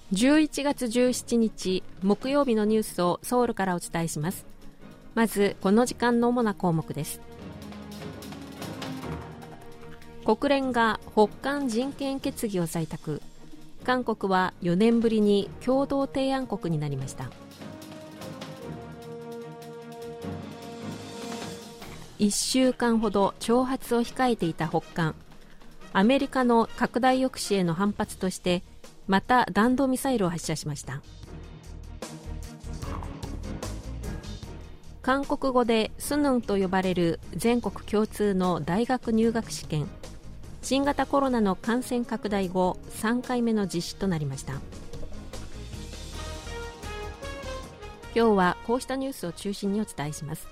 11月17日木曜日のニュースをソウルからお伝えします。まずこの時間の主な項目です。国連が北韓人権決議を採択。韓国は4年ぶりに共同提案国になりました。1週間ほど挑発を控えていた北韓。アメリカの拡大抑止への反発としてまた弾道ミサイルを発射しました。韓国語でスヌンと呼ばれる全国共通の大学入学試験、新型コロナの感染拡大後3回目の実施となりました。今日はこうしたニュースを中心にお伝えします。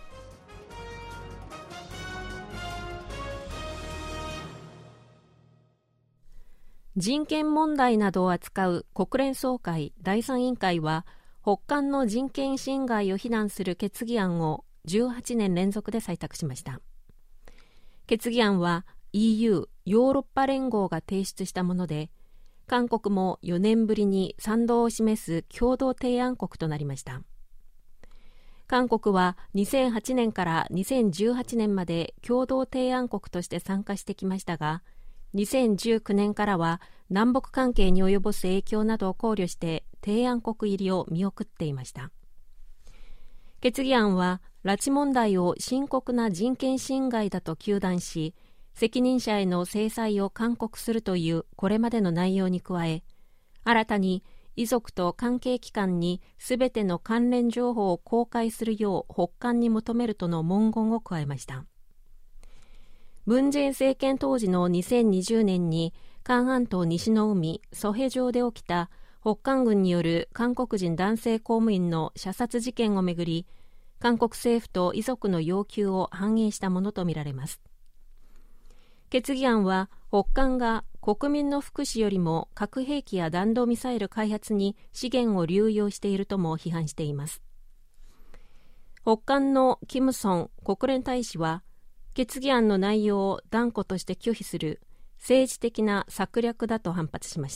人権問題などを扱う国連総会第3委員会は北韓の人権侵害を非難する決議案を18年連続で採択しました。決議案は EU ヨーロッパ連合が提出したもので、韓国も4年ぶりに賛同を示す共同提案国となりました。韓国は2008年から2018年まで共同提案国として参加してきましたが、2019年からは南北関係に及ぼす影響などを考慮して提案国入りを見送っていました。決議案は拉致問題を深刻な人権侵害だと糾弾し、責任者への制裁を勧告するというこれまでの内容に加え、新たに遺族と関係機関にすべての関連情報を公開するよう北韓に求めるとの文言を加えました。文在寅政権当時の2020年に韓半島西の海ソヘ町で起きた北韓軍による韓国人男性公務員の射殺事件をめぐり、韓国政府と遺族の要求を反映したものとみられます。決議案は北韓が国民の福祉よりも核兵器や弾道ミサイル開発に資源を流用しているとも批判しています。北韓のキム・ソン国連大使は、決議案の内容を断固として拒否する政治的な策略だと反発しました。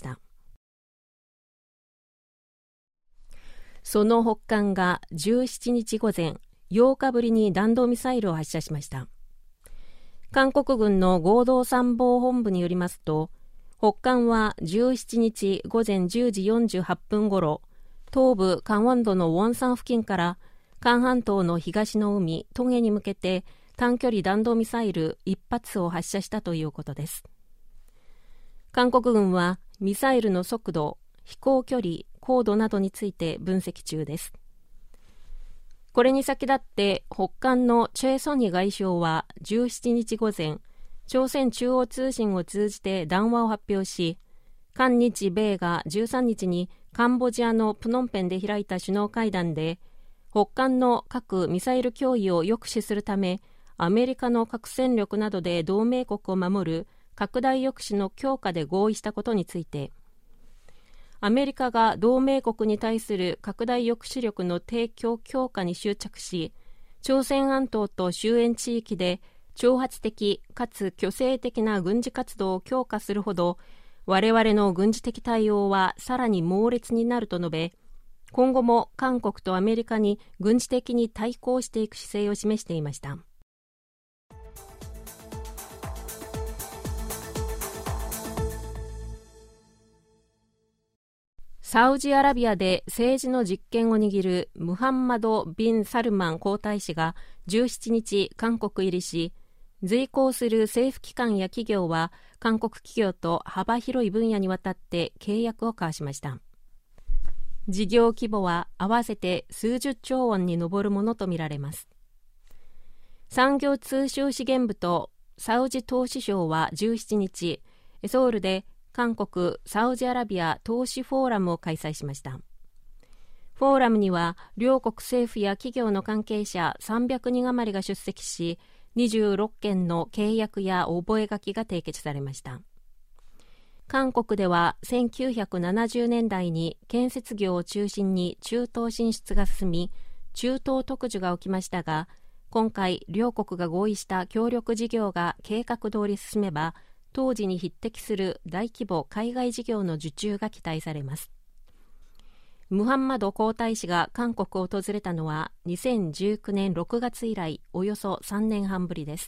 その北韓が17日午前8日ぶりに弾道ミサイルを発射しました。韓国軍の合同参謀本部によりますと、北韓は17日午前10時48分ごろ、東部カンウォン道のウォンサン付近から韓半島の東の海トゲに向けて短距離弾道ミサイル1発を発射したということです。韓国軍はミサイルの速度、飛行距離、高度などについて分析中です。これに先立って北韓のチェ・ソニ外相は17日午前、朝鮮中央通信を通じて談話を発表し、韓日米が13日にカンボジアのプノンペンで開いた首脳会談で、北韓の核・ミサイル脅威を抑止するため、アメリカの核戦力などで同盟国を守る拡大抑止の強化で合意したことについて、アメリカが同盟国に対する拡大抑止力の提供強化に執着し、朝鮮半島と周辺地域で挑発的かつ虚勢的な軍事活動を強化するほど、我々の軍事的対応はさらに猛烈になると述べ、今後も韓国とアメリカに軍事的に対抗していく姿勢を示していました。サウジアラビアで政治の実権を握るムハンマド・ビン・サルマン皇太子が17日韓国入りし、随行する政府機関や企業は韓国企業と幅広い分野にわたって契約を交わしました。事業規模は合わせて数十兆ウォンに上るものとみられます。産業通商資源部とサウジ投資省は17日、ソウルで韓国・サウジアラビア投資フォーラムを開催しました。フォーラムには両国政府や企業の関係者300人余りが出席し、26件の契約や覚書が締結されました。韓国では1970年代に建設業を中心に中東進出が進み、中東特需が起きましたが、今回両国が合意した協力事業が計画通り進めば、当時に匹敵する大規模海外事業の受注が期待されます。 ムハンマド皇太子が韓国を訪れたのは2019年6月以来およそ3年半ぶりです。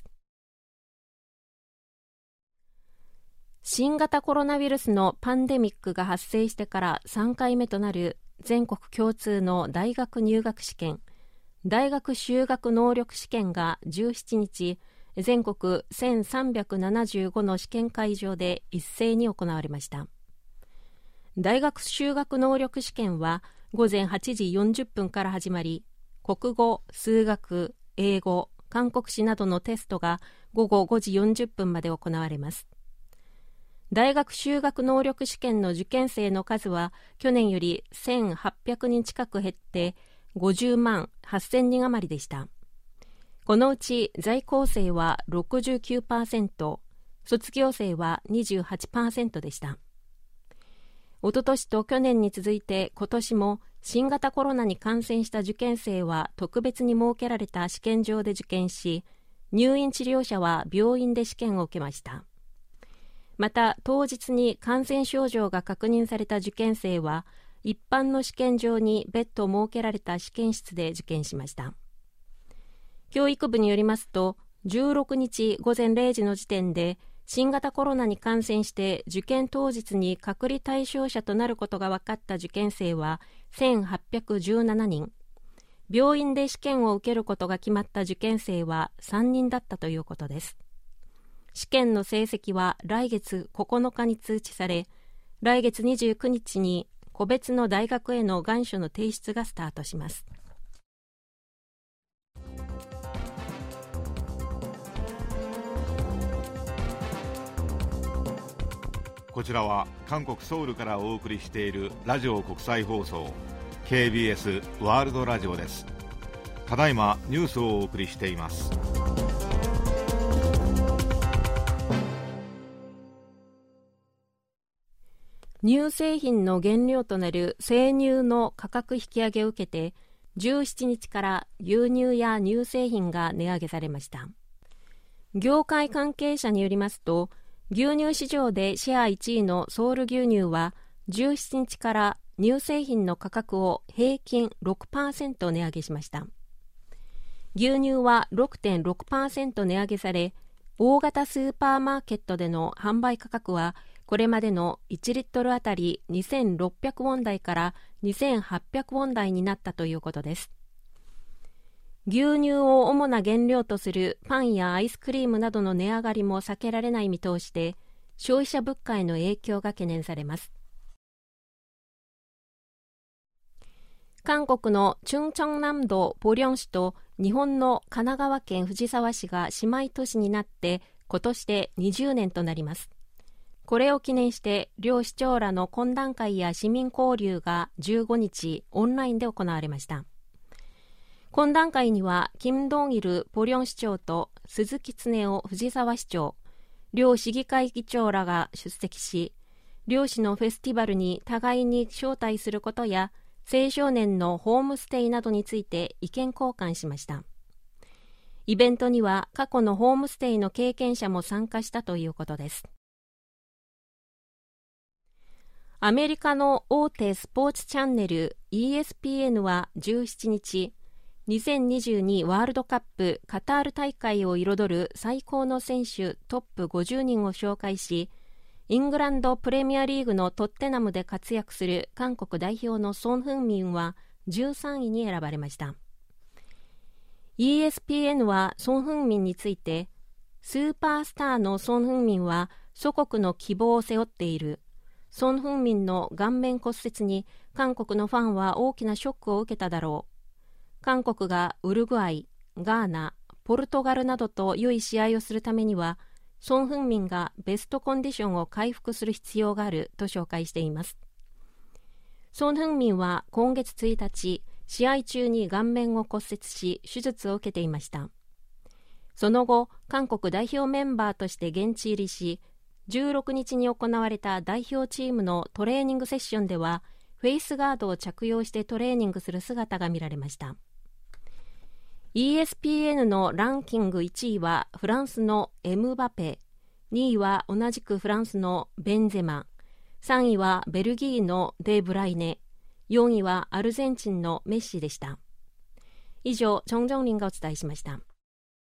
新型コロナウイルスのパンデミックが発生してから3回目となる全国共通の大学入学試験、大学修学能力試験が17日、全国1375の試験会場で一斉に行われました。大学修学能力試験は午前8時40分から始まり、国語、数学、英語、韓国史などのテストが午後5時40分まで行われます。大学修学能力試験の受験生の数は去年より1800人近く減って50万8000人余りでした。このうち在校生は 69%、卒業生は 28% でした。おととしと去年に続いて今年も新型コロナに感染した受験生は特別に設けられた試験場で受験し、入院治療者は病院で試験を受けました。また当日に感染症状が確認された受験生は一般の試験場に別途設けられた試験室で受験しました。教育部によりますと、16日午前0時の時点で新型コロナに感染して受験当日に隔離対象者となることが分かった受験生は1817人、病院で試験を受けることが決まった受験生は3人だったということです。試験の成績は来月9日に通知され、来月29日に個別の大学への願書の提出がスタートします。 こちらは韓国ソウルからお送りしているラジオ国際放送 KBS ワールドラジオです。ただいまニュースをお送りしています。 乳製品の原料となる生乳の価格引き上げを受けて17日から牛乳や乳製品が値上げされました。業界関係者によりますと、牛乳市場でシェア1位のソウル牛乳は17日から乳製品の価格を平均 6% 値上げしました。牛乳は 6.6% 値上げされ、大型スーパーマーケットでの販売価格はこれまでの1リットルあたり2600ウォン台から2800ウォン台になったということです。牛乳を主な原料とするパンやアイスクリームなどの値上がりも避けられない見通しで、消費者物価への影響が懸念されます。韓国のチュンチョンナムドポリョン市と日本の神奈川県藤沢市が姉妹都市になって今年で20年となります。これを記念して両市長らの懇談会や市民交流が15日オンラインで行われました。懇談会にはキム・ドンイルポリョン市長と鈴木恒夫藤沢市長、両市議会議長らが出席し、両市のフェスティバルに互いに招待することや青少年のホームステイなどについて意見交換しました。イベントには過去のホームステイの経験者も参加したということです。アメリカの大手スポーツチャンネル ESPN は17日、2022ワールドカップカタール大会を彩る最高の選手トップ50人を紹介し、イングランドプレミアリーグのトッテナムで活躍する韓国代表のソン・フンミンは13位に選ばれました。ESPN はソン・フンミンについて、スーパースターのソン・フンミンは祖国の希望を背負っている。ソン・フンミンの顔面骨折に韓国のファンは大きなショックを受けただろう。韓国がウルグアイ、ガーナ、ポルトガルなどと良い試合をするためには、ソン・フンミンがベストコンディションを回復する必要があると紹介しています。ソン・フンミンは今月1日、試合中に顔面を骨折し、手術を受けていました。その後、韓国代表メンバーとして現地入りし、16日に行われた代表チームのトレーニングセッションでは、フェイスガードを着用してトレーニングする姿が見られました。ESPN のランキング1位はフランスのエムバペ、2位は同じくフランスのベンゼマ、3位はベルギーのデブライネ、 4位はアルゼンチンのメッシでした。以上、チョンジョンリンがお伝えしました。